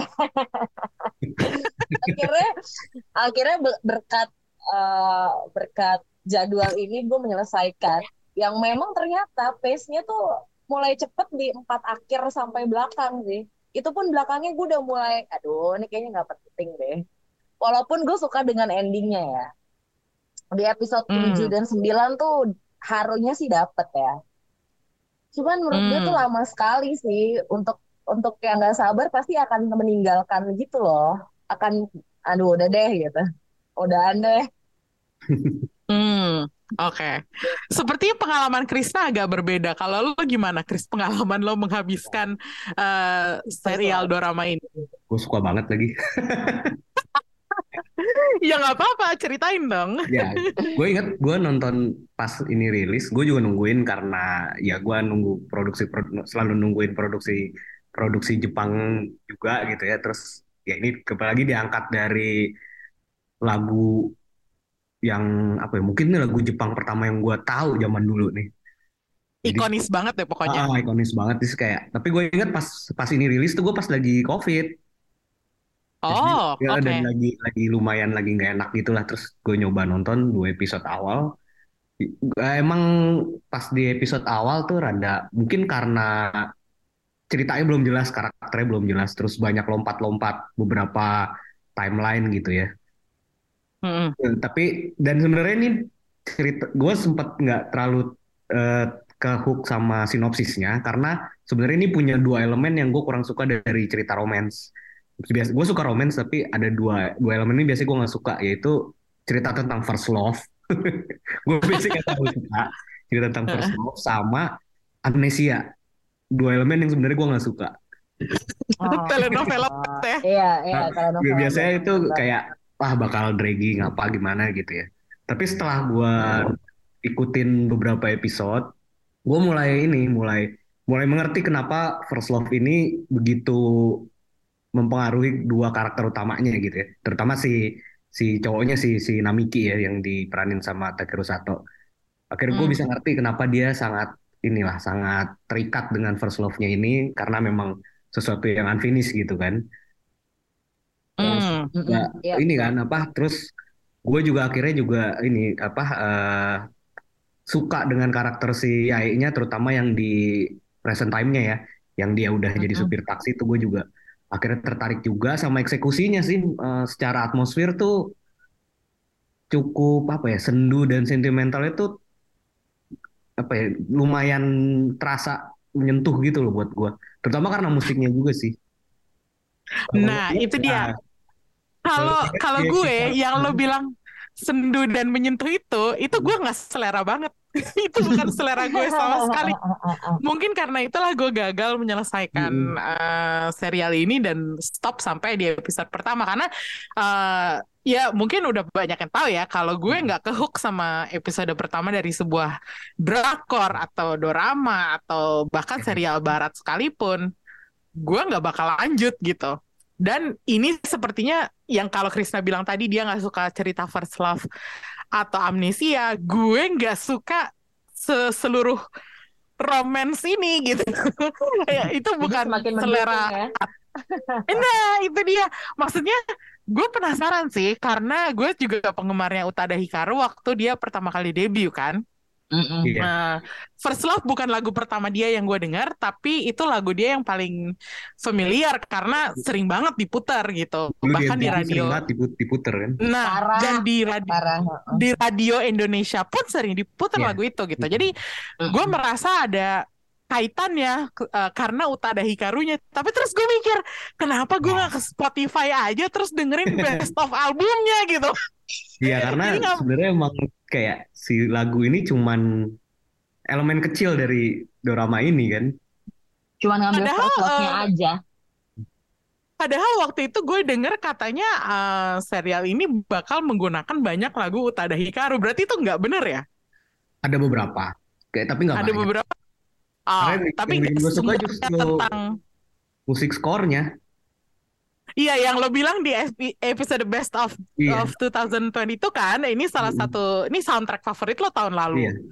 akhirnya akhirnya berkat berkat jadwal ini gue menyelesaikan yang memang ternyata pace-nya tuh mulai cepet di 4 akhir sampai belakang sih. Itu pun belakangnya gue udah mulai aduh ini kayaknya nggak penting deh, walaupun gue suka dengan endingnya ya. Di episode 7 hmm, dan 9 tuh harunya sih dapet ya. Cuman menurut gue tuh hmm, lama sekali sih untuk yang nggak sabar pasti akan meninggalkan gitu loh. Akan aduh udah deh gitu. Udahan deh. hmm. Oke. Sepertinya pengalaman Krisna agak berbeda. Kalau lo gimana, Kris? Pengalaman lo menghabiskan First serial love. dorama ini? Gue suka banget lagi. Ya nggak apa-apa, ceritain dong. Ya, gue inget gue nonton pas ini rilis, gue juga nungguin karena ya gue nunggu selalu nungguin produksi produksi Jepang juga gitu ya. Terus ya ini apalagi diangkat dari lagu yang apa ya? Mungkin ini lagu Jepang pertama yang gue tahu zaman dulu nih. Jadi Ikonis banget ya pokoknya. ikonis banget sih kayak. Tapi gue inget pas pas ini rilis tuh gue pas lagi COVID. Jadi Oh, ya dan oke. lagi lumayan lagi nggak enak gitulah. Terus gue nyoba nonton 2 episode awal. Emang pas di episode awal tuh rada mungkin karena ceritanya belum jelas, karakternya belum jelas, terus banyak lompat-lompat beberapa timeline gitu ya. Mm-mm. Tapi dan sebenarnya ini cerita gue sempat nggak terlalu eh, ke hook sama sinopsisnya karena sebenarnya ini punya 2 elemen yang gue kurang suka dari cerita romance. Biasa gue suka romance tapi ada dua dua elemen ini biasanya gue nggak suka, yaitu cerita tentang first love. Gue biasanya nggak terlalu suka cerita tentang first Uh-uh. love sama amnesia. 2 elemen yang sebenarnya gue nggak suka. Oh, Telenovela banget ya. iya, iya, Nah, kalau novel biasanya itu benar. kayak wah bakal dragging apa gimana gitu ya. Tapi setelah gue ikutin beberapa episode, gue mulai mulai mengerti kenapa First Love ini begitu mempengaruhi 2 karakter utamanya gitu ya. Terutama si si cowoknya si Namiki ya yang diperanin sama Takeru Sato. Akhirnya gue Hmm. bisa ngerti kenapa dia sangat terikat dengan First Love-nya ini karena memang sesuatu yang unfinished gitu kan. Terus Hmm. juga Iya. ini kan apa terus gue juga akhirnya juga ini apa suka dengan karakter si Yae-nya terutama yang di present time-nya ya yang dia udah jadi Mm-mm. supir taksi itu gue juga akhirnya tertarik juga sama eksekusinya sih. Secara atmosfer tuh cukup apa ya sendu dan sentimental itu apa ya lumayan terasa menyentuh gitu loh buat gue terutama karena musiknya juga sih. Kalau lo Nah, lihat itu ya dia. kalau lo Kalau lihat kalau di gue episode yang lo bilang sendu dan menyentuh itu gue nggak selera banget. Itu bukan selera gue sama sekali. Mungkin karena itulah gue gagal menyelesaikan serial ini dan stop sampai di episode pertama karena ya mungkin udah banyak yang tahu ya kalau gue nggak kehook sama episode pertama dari sebuah drakor atau dorama atau bahkan serial barat sekalipun, gue nggak bakal lanjut gitu. Dan ini sepertinya yang kalau Krisna bilang tadi dia nggak suka cerita first love atau amnesia, gue nggak suka seluruh romance ini gitu. Ya, itu bukan Semakin selera. mendukung ya. Nah, itu dia. Maksudnya gue penasaran sih karena gue juga penggemarnya Utada Hikaru waktu dia pertama kali debut kan. Iya. First Love bukan lagu pertama dia yang gue dengar, tapi itu lagu dia yang paling familiar karena sering banget diputar gitu. Dulu Bahkan di MTV sering radio. banget diputer kan. Nah, Parah, dan di radio Indonesia pun sering diputar Iya. lagu itu gitu. Jadi gue merasa ada kaitannya karena Utada Hikarunya. Tapi terus gue mikir, kenapa gue nggak ke Spotify aja terus dengerin best of albumnya gitu? Iya, karena Jadi sebenarnya emang kayak si lagu ini cuman elemen kecil dari dorama ini kan. Cuman ngambil Padahal, first love-nya aja. Padahal waktu itu gue denger katanya serial ini bakal menggunakan banyak lagu Utada Hikaru. Berarti itu nggak bener ya? Ada beberapa, tapi nggak Ada banyak. beberapa. Karena Tapi yang bikin gue suka semuanya justru tentang musik skornya. iya, yang lo bilang di episode Best of Iya. 2020 itu kan, ini salah satu, ini soundtrack favorit lo tahun lalu. Iya.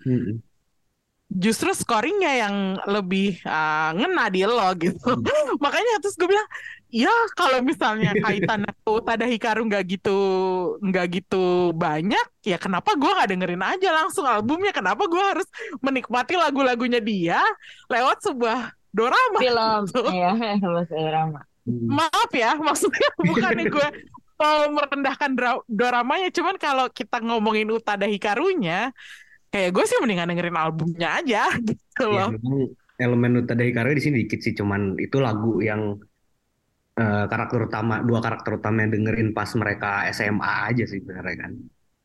Justru scoringnya yang lebih ngena di lo gitu. Makanya terus gue bilang, ya kalau misalnya kaitannya ke Utada Hikaru nggak gitu banyak, ya kenapa gue nggak dengerin aja langsung albumnya? Kenapa gue harus menikmati lagu-lagunya dia lewat sebuah dorama? Film, gitu. ya, drama. Maaf ya, maksudnya bukannya gue mau merendahkan doramanya, cuman kalau kita ngomongin Utada Hikarunya, kayak gue sih mendingan dengerin albumnya aja gitu Ya, loh. memang elemen Utada Hikaru di sini dikit sih, cuman itu lagu yang dua karakter utama yang dengerin pas mereka SMA aja sih sebenarnya kan.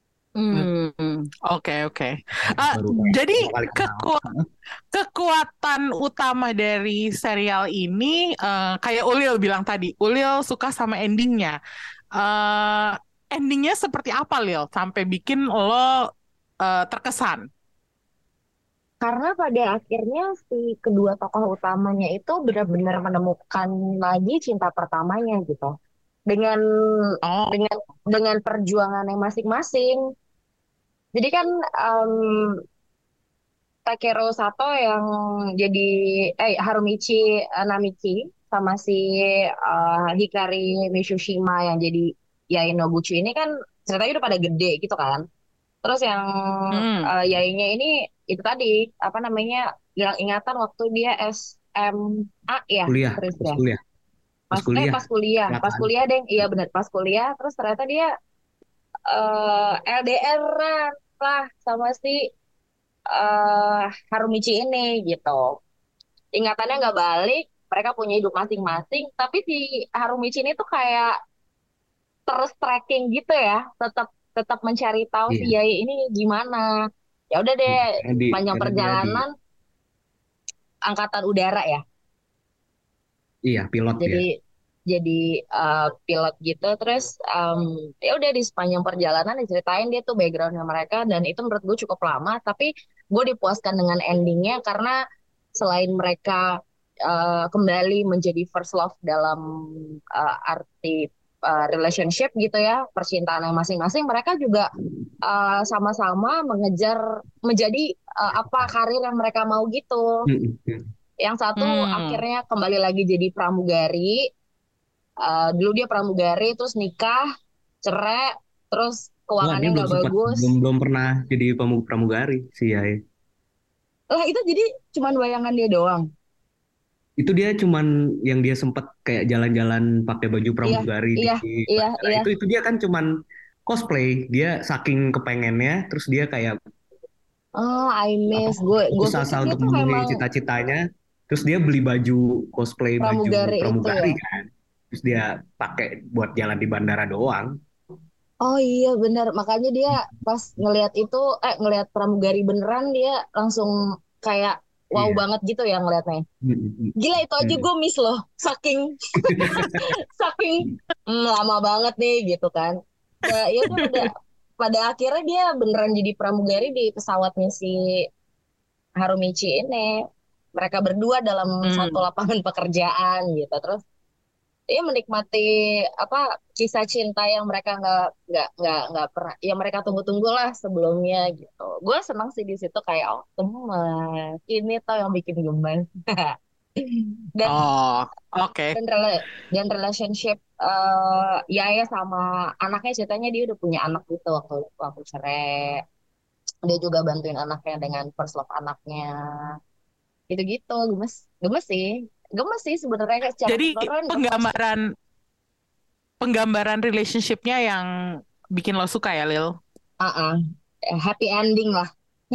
Oke. Baru kayak Jadi pertama kali kenal. kekuatan utama dari serial ini kayak Ulil bilang tadi, Ulil suka sama endingnya. Endingnya seperti apa, Lil? Sampai bikin lo terkesan. Karena pada akhirnya si kedua tokoh utamanya itu benar-benar menemukan lagi cinta pertamanya gitu. Dengan Oh, dengan perjuangannya masing-masing. Jadi kan Takeru Sato yang jadi Harumichi Namiki sama si Hikari Mitsushima yang jadi Yai Noguchi ini kan ceritanya udah pada gede gitu kan. Terus yang Yainya ini itu tadi apa namanya hilang ingatan waktu dia SMA ya, Kuliah, terus pas ya. kuliah. Pas kuliah. Pas kuliah deh, iya benar pas kuliah. Terus ternyata dia LDR lah sama si Harumichi ini gitu. Ingatannya nggak balik, mereka punya hidup masing-masing. Tapi si Harumichi ini tuh kayak terus tracking gitu ya, tetap mencari tahu si Iya. Yai ini gimana. Ya udah deh, panjang Karena dia perjalanan angkatan udara ya. Iya, pilot ya. Jadi pilot gitu. Terus ya udah di sepanjang perjalanan diceritain dia tuh backgroundnya mereka, dan itu menurut gue cukup lama. Tapi gue dipuaskan dengan endingnya karena selain mereka kembali menjadi first love dalam arti relationship gitu ya, percintaan yang masing-masing, mereka juga sama-sama mengejar menjadi apa karir yang mereka mau gitu. Yang satu akhirnya kembali lagi jadi pramugari. Dulu dia pramugari, terus nikah, cerai, terus keuangannya nggak bagus. Belum pernah jadi pramugari si Yai. Lah itu jadi cuman bayangan dia doang. Itu dia cuman yang dia sempat kayak jalan-jalan pakai baju pramugari Iya. Itu dia kan cuman cosplay. Dia saking kepengennya, terus dia kayak I miss gue usaha untuk memenuhi cita-citanya. Terus dia beli baju cosplay pramugari baju pramugari itu ya. kan. Terus dia pakai buat jalan di bandara doang. Oh iya benar, makanya dia pas ngelihat itu, ngelihat pramugari beneran dia langsung kayak wow Iya. banget gitu ya ngelihatnya. Mm-mm. Gila itu aja Mm. gue miss loh, saking saking lama banget nih gitu kan. Ya udah pada akhirnya dia beneran jadi pramugari di pesawatnya si Harumichi ini. Mereka berdua dalam satu Hmm. lapangan pekerjaan gitu. Terus dia menikmati apa kisah cinta yang mereka nggak pernah yang mereka tunggu-tunggu lah sebelumnya gitu. Gue senang sih di situ kayak oh gemes ini tau yang bikin gemes. dan Oh, oke. dan dan relationship Yaya sama anaknya ceritanya dia udah punya anak gitu waktu waktu cerai. Dia juga bantuin anaknya dengan first love anaknya gitu-gitu. Gemes sih sebenarnya secara Jadi keseluruhan gemes. penggambaran penggambaran relationship-nya yang bikin lo suka ya, Lil? Ah, happy ending lah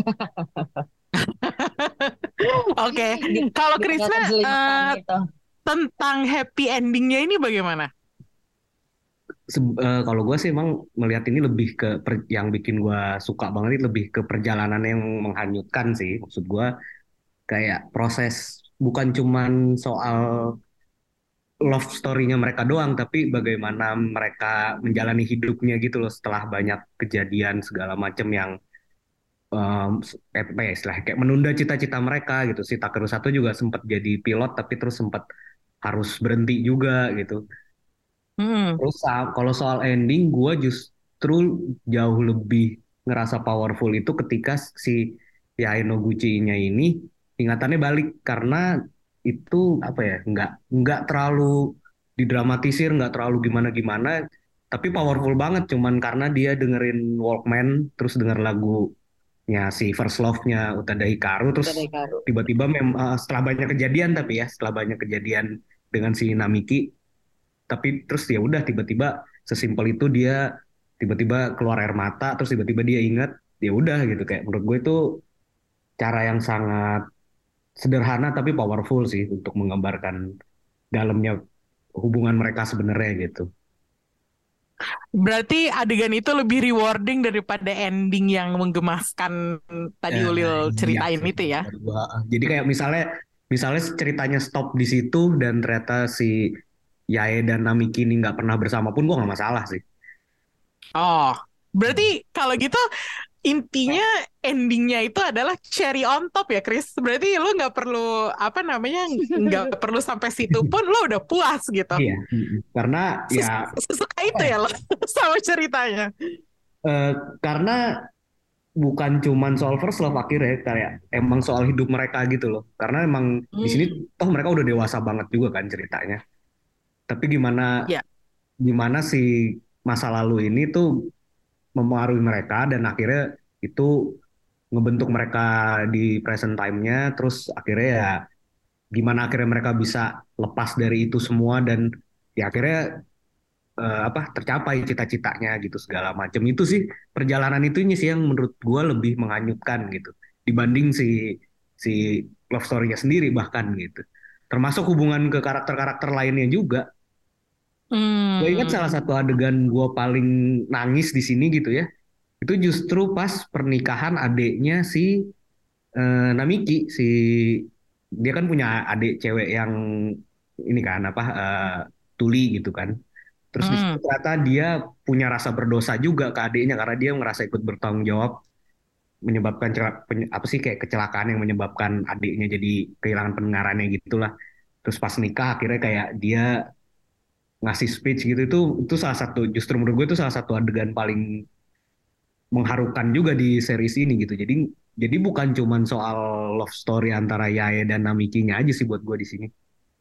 Oke. di Kalau di tengah Krisna kejelimetan itu. tentang happy endingnya ini bagaimana? Kalau gue sih emang melihat ini lebih ke yang bikin gue suka banget itu lebih ke perjalanan yang menghanyutkan sih. Maksud gue kayak proses bukan cuman soal love story-nya mereka doang, tapi bagaimana mereka menjalani hidupnya gitu loh setelah banyak kejadian segala macam yang apa ya istilahnya kayak menunda cita-cita mereka gitu. Si Takeru Sato juga sempat jadi pilot tapi terus sempat harus berhenti juga gitu. Hmm. Terus kalau soal ending, gue justru jauh lebih ngerasa powerful itu ketika si Yae Noguchi-nya ini ingatannya balik karena itu apa ya nggak terlalu didramatisir, nggak terlalu gimana-gimana, tapi powerful banget cuman karena dia dengerin Walkman, terus denger lagunya si First Love-nya Utada Hikaru, terus Udah deh Karu. tiba-tiba setelah banyak kejadian tapi ya setelah banyak kejadian dengan si Namiki tapi terus ya udah tiba-tiba sesimpel itu dia tiba-tiba keluar air mata terus tiba-tiba dia ingat ya udah gitu kayak menurut gue itu cara yang sangat sederhana tapi powerful sih untuk menggambarkan dalamnya hubungan mereka sebenarnya gitu. Berarti adegan itu lebih rewarding daripada ending yang menggemaskan tadi Ulil Iya ceritain sih. itu ya. Jadi kayak misalnya misalnya ceritanya stop di situ dan ternyata si Yae dan Namiki ini nggak pernah bersama pun gue nggak masalah sih. Oh, berarti kalau gitu intinya endingnya itu adalah cherry on top ya, Chris. Berarti lu nggak perlu apa namanya nggak perlu sampai situ pun lo udah puas gitu. Iya, karena ya Sesuka apa itu ya? ya lo sama ceritanya. Eh, karena bukan cuman soal first love akhirnya kayak emang soal hidup mereka gitu loh karena emang di sini Hmm, toh mereka udah dewasa banget juga kan ceritanya tapi gimana ya. gimana si masa lalu ini tuh mempengaruhi mereka dan akhirnya itu ngebentuk mereka di present time-nya terus akhirnya ya gimana akhirnya mereka bisa lepas dari itu semua dan ya akhirnya apa tercapai cita-citanya gitu segala macam itu sih perjalanan itunya sih yang menurut gue lebih menghanyutkan gitu dibanding si si love story-nya sendiri bahkan gitu termasuk hubungan ke karakter-karakter lainnya juga gue ingat salah Hmm. satu adegan gue paling nangis di sini gitu ya itu justru pas pernikahan adiknya si Namiki si dia kan punya adik cewek yang ini kan apa tuli gitu kan. Terus di situ Hmm. ternyata dia punya rasa berdosa juga ke adiknya karena dia merasa ikut bertanggung jawab menyebabkan apa sih kayak kecelakaan yang menyebabkan adiknya jadi kehilangan pendengarannya gitulah. Terus pas nikah akhirnya kayak dia ngasih speech gitu itu salah satu justru menurut gue itu salah satu adegan paling mengharukan juga di series ini gitu. Jadi bukan cuman soal love story antara Yae dan Namiki-nya aja sih buat gue di sini.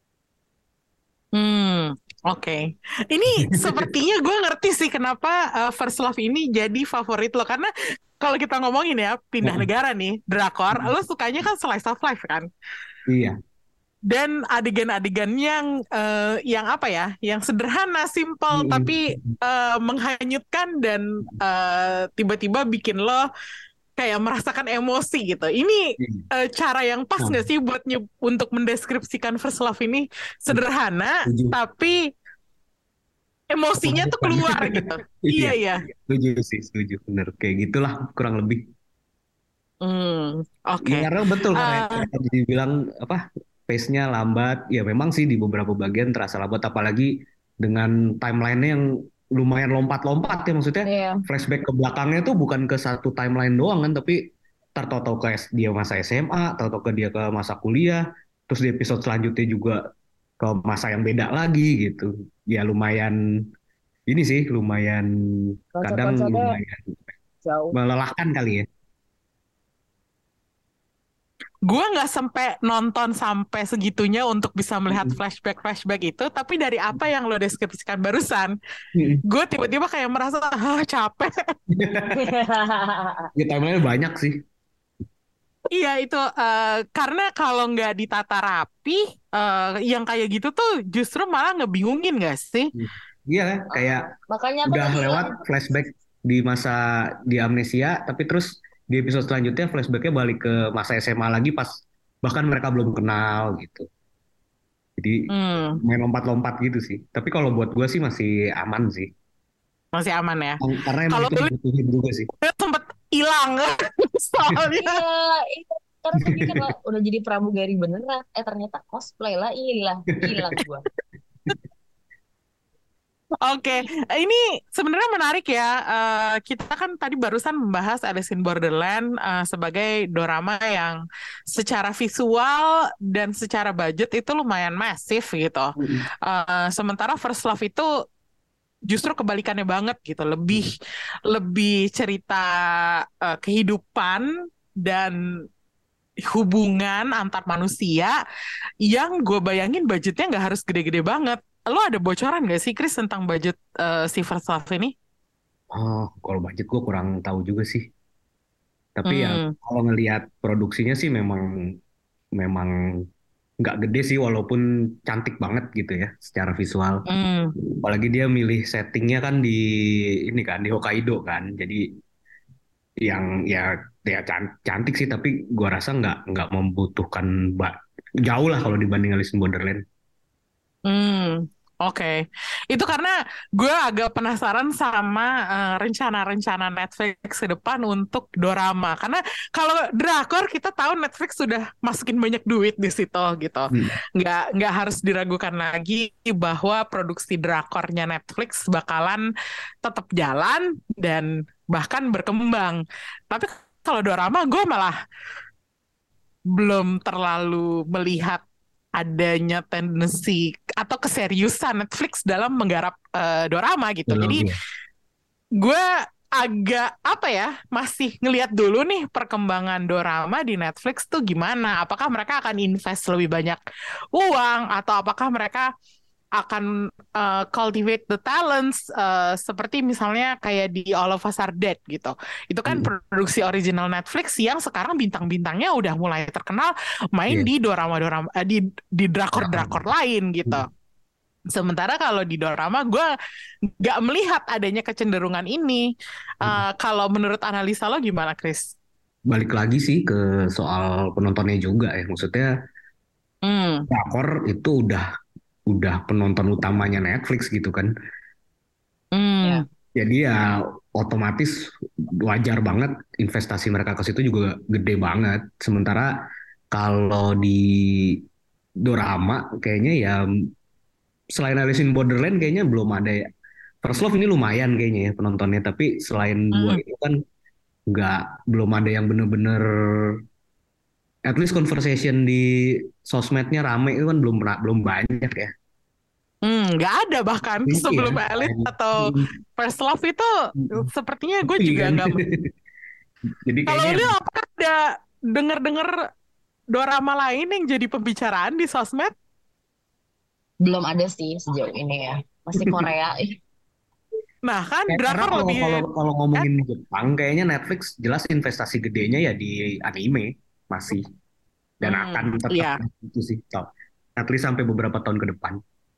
Hmm, oke. Ini sepertinya gue ngerti sih kenapa First Love ini jadi favorit lo. Karena kalau kita ngomongin ya, pindah Heeh. negara nih, drakor, lo sukanya kan slice of life kan? Iya. Dan adegan-adegan yang apa ya, yang sederhana, simple, tapi Mm-mm. menghanyutkan dan tiba-tiba bikin lo kayak merasakan emosi gitu. Ini Iya. cara yang pas Nah, nggak sih buat untuk mendeskripsikan First Love ini sederhana, setuju. tapi emosinya tuh keluar gitu. Iya, Iya, iya. setuju sih, setuju. Bener, kayak gitulah kurang lebih. Ya, Oke. karena betul karena Eh, tadi dibilang apa pace-nya lambat. Ya memang sih di beberapa bagian terasa lambat, apalagi dengan timeline-nya yang lumayan lompat-lompat ya maksudnya Iya. flashback ke belakangnya tuh bukan ke satu timeline doang kan, tapi tahu-tahu ke dia masa SMA, tahu-tahu ke dia ke masa kuliah, terus di episode selanjutnya juga ke masa yang beda lagi gitu. Ya lumayan ini sih lumayan kadang Konsep-konsepnya lumayan jauh. melelahkan kali ya. gue nggak sampai nonton sampai segitunya untuk bisa melihat flashback itu, tapi dari apa yang lo deskripsikan barusan, gue tiba-tiba kayak merasa capek. Ya timeline banyak sih. Iya itu karena kalau nggak ditata rapi, yang kayak gitu tuh justru malah ngebingungin gak sih? Iya kan, kayak Makanya aku udah tadi lewat bilang, flashback di masa di amnesia, tapi terus di episode selanjutnya flashbacknya balik ke masa SMA lagi pas bahkan mereka belum kenal gitu. Jadi Hmm, main lompat-lompat gitu sih. Tapi kalau buat gue sih masih aman sih. masih aman ya. Karena emang Kalau itu dulu dibutuhin juga sih. sempet hilang soalnya. iya, iya. Karena aku pikir lah, udah jadi pramugari beneran. Ternyata cosplay lah, hilang gua. Oke, ini sebenarnya menarik ya. Kita kan tadi barusan membahas Alice in Borderland sebagai dorama yang secara visual dan secara budget itu lumayan masif gitu. Sementara First Love itu justru kebalikannya banget gitu, lebih lebih cerita kehidupan dan hubungan antar manusia yang gue bayangin budgetnya nggak harus gede-gede banget. Lo ada bocoran gak sih, Chris, tentang budget si First Love ini? Oh, kalau budget gue kurang tahu juga sih. Tapi ya Hmm, kalau ngelihat produksinya sih memang memang nggak gede sih walaupun cantik banget gitu ya secara visual. hmm. Apalagi dia milih settingnya kan di ini kan di Hokkaido kan. Jadi yang ya cantik sih tapi gua rasa nggak membutuhkan jauh lah kalau dibanding Alice in Borderland. Hmm, oke. Itu karena gue agak penasaran sama rencana-rencana Netflix ke depan untuk dorama. Karena kalau drakor kita tahu Netflix sudah masukin banyak duit di situ gitu. Hmm. Nggak harus diragukan lagi bahwa produksi drakornya Netflix bakalan tetap jalan dan bahkan berkembang. Tapi kalau dorama gue malah belum terlalu melihat adanya tendensi atau keseriusan Netflix dalam menggarap dorama gitu. Belum Jadi ya. gue agak apa ya, masih ngelihat dulu nih perkembangan dorama di Netflix tuh gimana. Apakah mereka akan invest lebih banyak uang atau apakah mereka akan cultivate the talents seperti misalnya kayak di All of Us Are Dead gitu. Itu kan Hmm. produksi original Netflix yang sekarang bintang-bintangnya udah mulai terkenal main Iya. di dorama-dorama di drakor-drakor lain gitu. Sementara kalau di dorama gue nggak melihat adanya kecenderungan ini. Kalau menurut analisa lo gimana, Chris? Balik lagi sih ke soal penontonnya juga ya. Maksudnya Hmm, drakor itu udah penonton utamanya Netflix gitu kan. hmm, Ya. Jadi ya otomatis wajar banget investasi mereka ke situ juga gede banget. Sementara kalau di dorama kayaknya ya selain Alice in Borderland kayaknya belum ada ya. First Love ini lumayan kayaknya ya penontonnya, tapi selain dua hmm. itu kan nggak belum ada yang bener-bener at least conversation di sosmednya rame itu kan belum banyak ya. Nggak ada bahkan Iya. sebelum Elite atau First Love itu sepertinya gue Iya juga kan. nggak. Jadi Kalau kayaknya lu apakah ada denger-denger dorama lain yang jadi pembicaraan di sosmed? Belum ada sih sejauh ini ya. Masih Korea. Nah kan karena drakor kalau lebih kalau kalau ngomongin Jepang kayaknya Netflix jelas investasi gedenya ya di anime masih dan akan tetap iya. itu sih top. At least sampai beberapa tahun ke depan.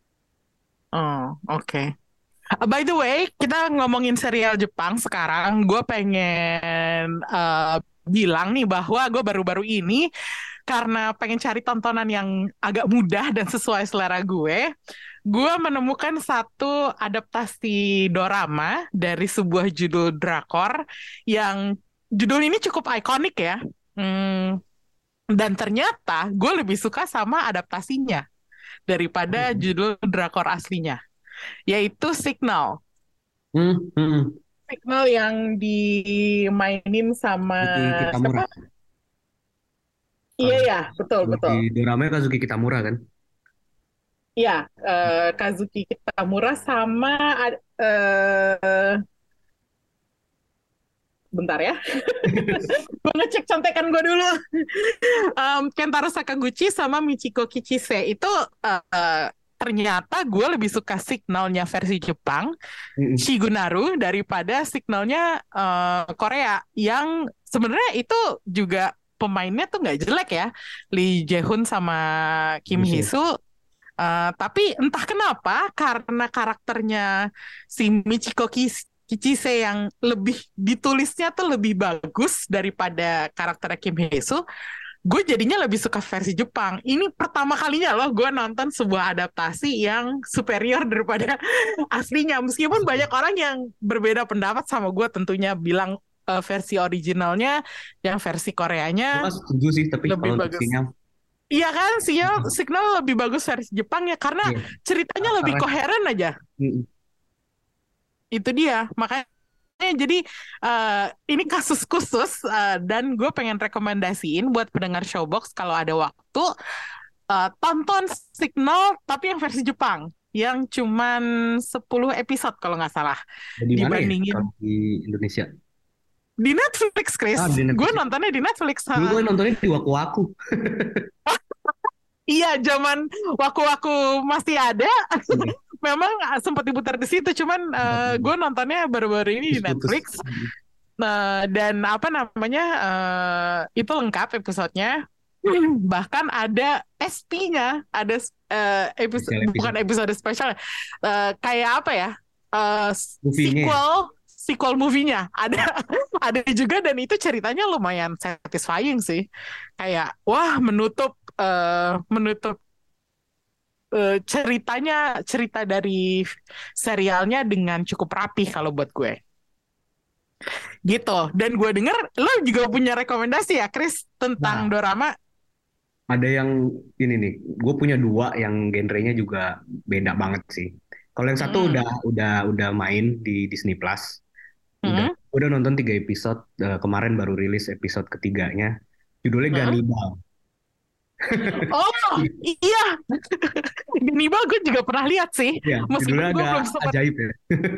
Oh, oke. By the way, kita ngomongin serial Jepang sekarang. Gue pengen bilang nih bahwa gue baru-baru ini karena pengen cari tontonan yang agak mudah dan sesuai selera gue menemukan satu adaptasi dorama dari sebuah judul drakor yang judul ini cukup ikonik ya. Hmm, dan ternyata gue lebih suka sama adaptasinya daripada judul drakor aslinya, yaitu Signal. Hmm, hmm. Signal yang dimainin sama Kazuki Kitamura. siapa? Iya ya, betul betul. Di doramanya Kazuki Kitamura kan? Iya, Kazuki Kitamura sama bentar ya. Gue ngecek contekan gue dulu. Kentaro Sakaguchi sama Michiko Kichise itu ternyata gue lebih suka Signalnya versi Jepang, Shigunaru, daripada Signalnya Korea yang sebenarnya itu juga pemainnya tuh nggak jelek ya, Lee Jae-hoon sama Kim Hee-soo. Tapi entah kenapa karena karakternya si Michiko Kichise yang lebih ditulisnya tuh lebih bagus daripada karakter Kim Hee-soo, gue jadinya lebih suka versi Jepang. Ini pertama kalinya loh gue nonton sebuah adaptasi yang superior daripada aslinya. Meskipun banyak orang yang berbeda pendapat sama gue tentunya bilang versi originalnya, yang versi Koreanya Gue setuju sih, tapi lebih kalau bagus. Signal, Iya kan, Signal lebih bagus versi Jepang ya karena ceritanya lebih koheren aja. Itu dia, makanya jadi ini kasus khusus dan gue pengen rekomendasiin buat pendengar Showbox kalau ada waktu tonton Signal tapi yang versi Jepang yang cuman 10 episode kalau nggak salah. di mana ya Dibandingin kalau di Indonesia? di Netflix, Chris. Di Netflix. Gue nontonnya di Netflix. Dulu gue nontonnya di Waku-Waku. Iya, zaman Waku-Waku masih ada. Memang sempat diputar di situ, cuman gue nontonnya baru-baru ini di Netflix. Dan apa namanya, itu lengkap episodenya. Bahkan ada SP-nya, ada bukan episode spesial, kayak apa ya, sequel movie-nya ada juga, dan itu ceritanya lumayan satisfying sih, kayak wah menutup cerita dari serialnya dengan cukup rapih kalau buat gue gitu. Dan gue denger lo juga punya rekomendasi ya, Chris, tentang dorama. Ada yang ini nih, gue punya 2 yang genrenya juga beda banget sih. Kalau yang satu udah main di Disney Plus, udah nonton 3 episode, kemarin baru rilis episode ketiganya, judulnya Gannibal. Oh iya, Gannibal gue juga pernah lihat sih, meskipun gue belum sempat. Ajaib ya.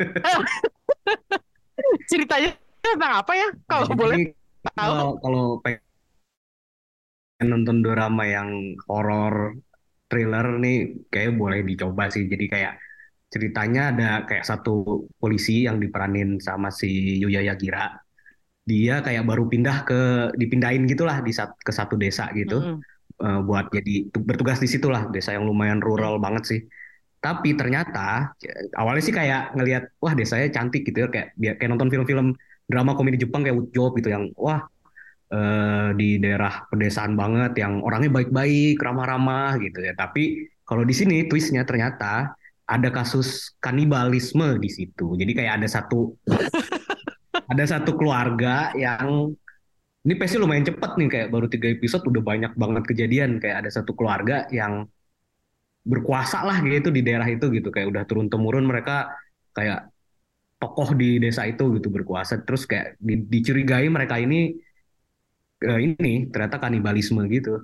Ceritanya tentang apa ya, kalau boleh tahu? Kalau pengen nonton drama yang horor thriller nih kayak boleh dicoba sih. Jadi kayak ceritanya ada kayak satu polisi yang diperanin sama si Yuya Yagira. Dia kayak baru dipindahin gitulah ke satu desa gitu, buat jadi bertugas di situlah, desa yang lumayan rural banget sih. Tapi ternyata awalnya sih kayak ngelihat wah desanya cantik gitu ya, kayak nonton film-film drama komedi Jepang kayak Woodjob gitu yang wah di daerah pedesaan banget yang orangnya baik-baik, ramah-ramah gitu ya. Tapi kalau di sini twistnya ternyata ada kasus kanibalisme di situ. Jadi kayak ada satu keluarga yang ini pace lumayan cepat nih, kayak baru 3 episode udah banyak banget kejadian. Kayak ada satu keluarga yang berkuasa lah gitu di daerah itu gitu, kayak udah turun-temurun mereka kayak tokoh di desa itu gitu berkuasa. Terus kayak dicurigai mereka ini ternyata kanibalisme gitu.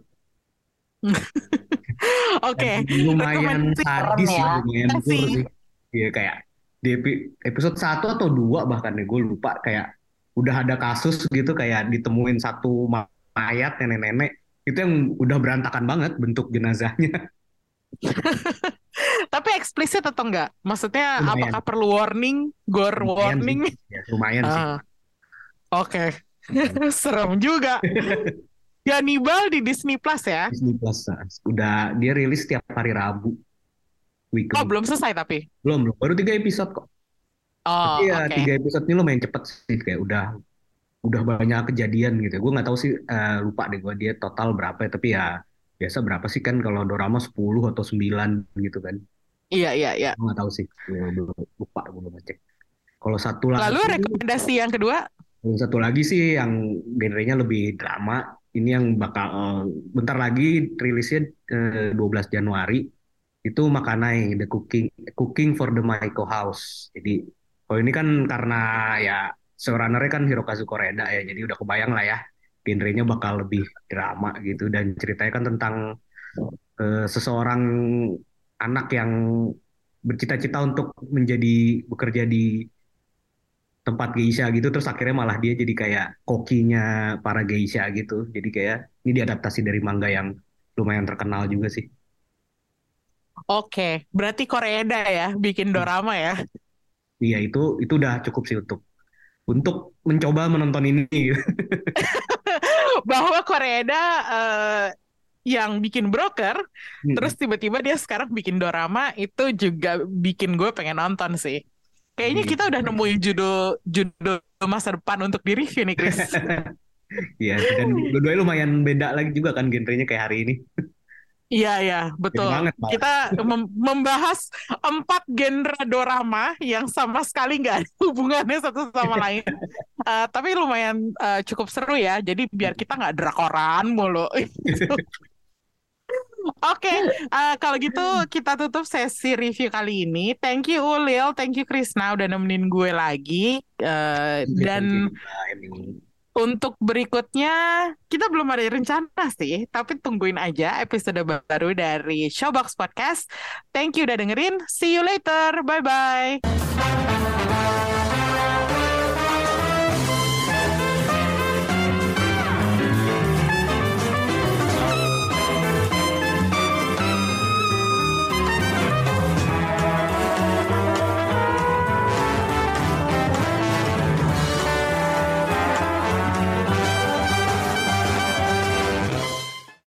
Oke, Lumayan sadis ya, lumayan gore sih. Iya kayak di episode 1 atau 2 bahkan nih gue lupa, kayak udah ada kasus gitu kayak ditemuin satu mayat nenek-nenek itu yang udah berantakan banget bentuk jenazahnya. Tapi eksplisit atau enggak? Maksudnya lumayan. Apakah perlu gore warning? Ya, lumayan sih. Oke. Serem juga. Gannibal di Disney Plus ya? Disney Plus, udah dia rilis tiap hari Rabu. Weekly. Oh, belum selesai tapi? Belum, baru 3 episode kok. Oh, tapi ya 3 episode ini lumayan cepet sih, kayak udah udah banyak kejadian gitu. Gue nggak tahu sih, lupa deh gue dia total berapa ya, tapi ya biasa berapa sih kan kalau dorama 10 atau 9 gitu kan. Iya, iya, iya. Gue nggak tahu sih, gue belum lupa, gue belum ngecek. Kalau satu Lalu lagi, rekomendasi yang kedua? yang satu lagi sih yang genrenya lebih drama. Ini yang bakal bentar lagi rilisnya 12 Januari. Itu Makanai The Cooking for the Maiko House. Jadi kalau ini kan karena ya showrunner-nya kan Hirokazu Koreeda ya. Jadi udah kebayang lah ya genrenya bakal lebih drama gitu dan ceritanya kan tentang seseorang anak yang bercita-cita untuk bekerja di tempat geisha gitu, terus akhirnya malah dia jadi kayak kokinya para geisha gitu. Jadi kayak ini diadaptasi dari manga yang lumayan terkenal juga sih. Oke, berarti Koreeda ya bikin dorama ya. Iya, itu udah cukup sih untuk mencoba menonton ini. Bahwa Koreeda yang bikin broker, terus Mm. tiba-tiba dia sekarang bikin dorama, itu juga bikin gue pengen nonton sih. Kayaknya kita udah nemuin judul masa depan untuk di-review nih, Chris. Iya, dan dua-duanya lumayan beda lagi juga kan genrenya kayak hari ini. Iya, iya, Beda betul. banget malah. Kita membahas 4 genre dorama yang sama sekali nggak ada hubungannya satu sama lain. Tapi lumayan cukup seru ya. Jadi biar kita nggak drakoran mulu. Oke, kalau gitu kita tutup sesi review kali ini. Thank you Ulil, thank you Krisna udah nemenin gue lagi. Dan untuk berikutnya kita belum ada rencana sih, tapi tungguin aja episode baru dari Showbox Podcast. Thank you udah dengerin. See you later. Bye bye.